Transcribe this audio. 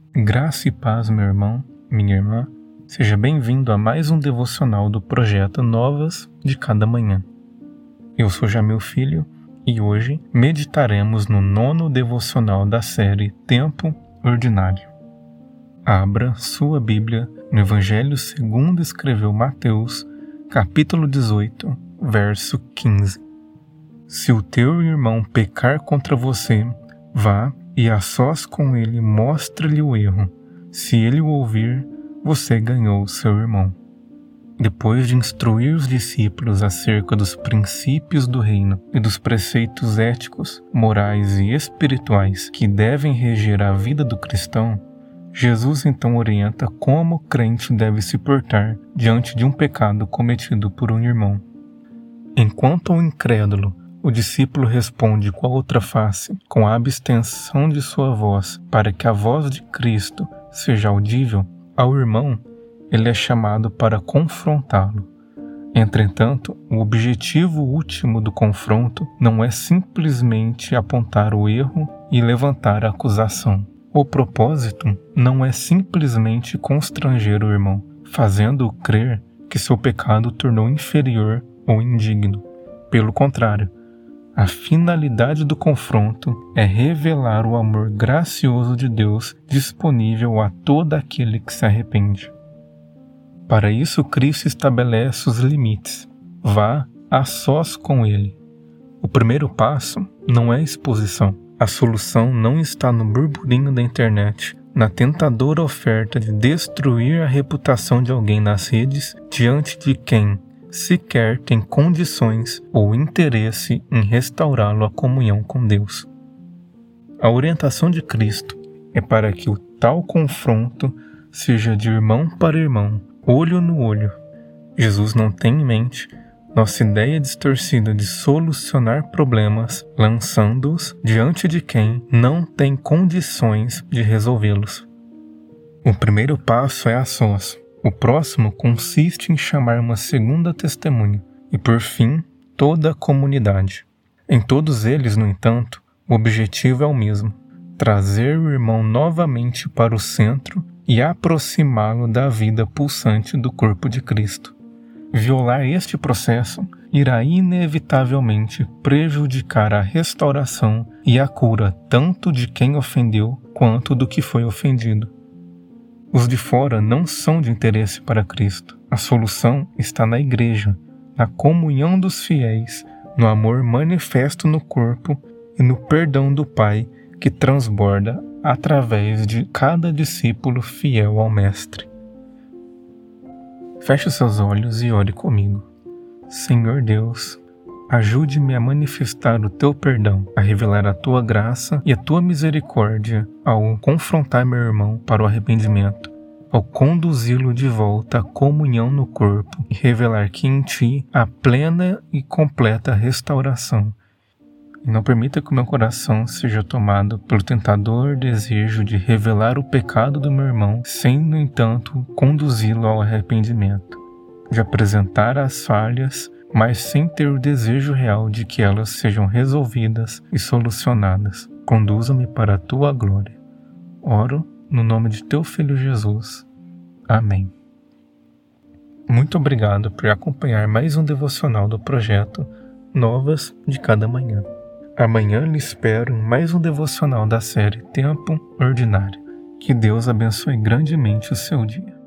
Graça e paz, meu irmão, minha irmã. Seja bem-vindo a mais um devocional do projeto Novas de Cada Manhã. Eu sou Jamil Filho e hoje meditaremos no 9º devocional da série Tempo Ordinário. Abra sua Bíblia no Evangelho segundo escreveu Mateus, capítulo 18, verso 15. Se o teu irmão pecar contra você, vá e a sós com ele mostre-lhe o erro. Se ele o ouvir, você ganhou seu irmão. Depois de instruir os discípulos acerca dos princípios do reino e dos preceitos éticos, morais e espirituais que devem reger a vida do cristão, Jesus então orienta como o crente deve se portar diante de um pecado cometido por um irmão. Enquanto o incrédulo, o discípulo responde com a outra face, com a abstenção de sua voz, para que a voz de Cristo seja audível, ao irmão, ele é chamado para confrontá-lo. Entretanto, o objetivo último do confronto não é simplesmente apontar o erro e levantar a acusação. O propósito não é simplesmente constranger o irmão, fazendo-o crer que seu pecado o tornou inferior ou indigno. Pelo contrário, a finalidade do confronto é revelar o amor gracioso de Deus disponível a todo aquele que se arrepende. Para isso, Cristo estabelece os limites. Vá a sós com Ele. O primeiro passo não é exposição. A solução não está no burburinho da internet, na tentadora oferta de destruir a reputação de alguém nas redes diante de quem sequer tem condições ou interesse em restaurá-lo à comunhão com Deus. A orientação de Cristo é para que o tal confronto seja de irmão para irmão, olho no olho. Jesus não tem em mente nossa ideia distorcida de solucionar problemas lançando-os diante de quem não tem condições de resolvê-los. O primeiro passo é a sós. O próximo consiste em chamar uma segunda testemunha e, por fim, toda a comunidade. Em todos eles, no entanto, o objetivo é o mesmo: trazer o irmão novamente para o centro e aproximá-lo da vida pulsante do corpo de Cristo. Violar este processo irá inevitavelmente prejudicar a restauração e a cura tanto de quem ofendeu quanto do que foi ofendido. Os de fora não são de interesse para Cristo. A solução está na igreja, na comunhão dos fiéis, no amor manifesto no corpo e no perdão do Pai que transborda através de cada discípulo fiel ao Mestre. Feche seus olhos e ore comigo. Senhor Deus, ajude-me a manifestar o Teu perdão, a revelar a Tua graça e a Tua misericórdia ao confrontar meu irmão para o arrependimento, ao conduzi-lo de volta à comunhão no corpo e revelar que em Ti há plena e completa restauração. E não permita que o meu coração seja tomado pelo tentador desejo de revelar o pecado do meu irmão, sem, no entanto, conduzi-lo ao arrependimento, de apresentar as falhas, mas sem ter o desejo real de que elas sejam resolvidas e solucionadas. Conduza-me para a Tua glória. Oro no nome de Teu Filho Jesus. Amém. Muito obrigado por acompanhar mais um devocional do projeto Novas de Cada Manhã. Amanhã lhe espero em mais um devocional da série Tempo Ordinário. Que Deus abençoe grandemente o seu dia.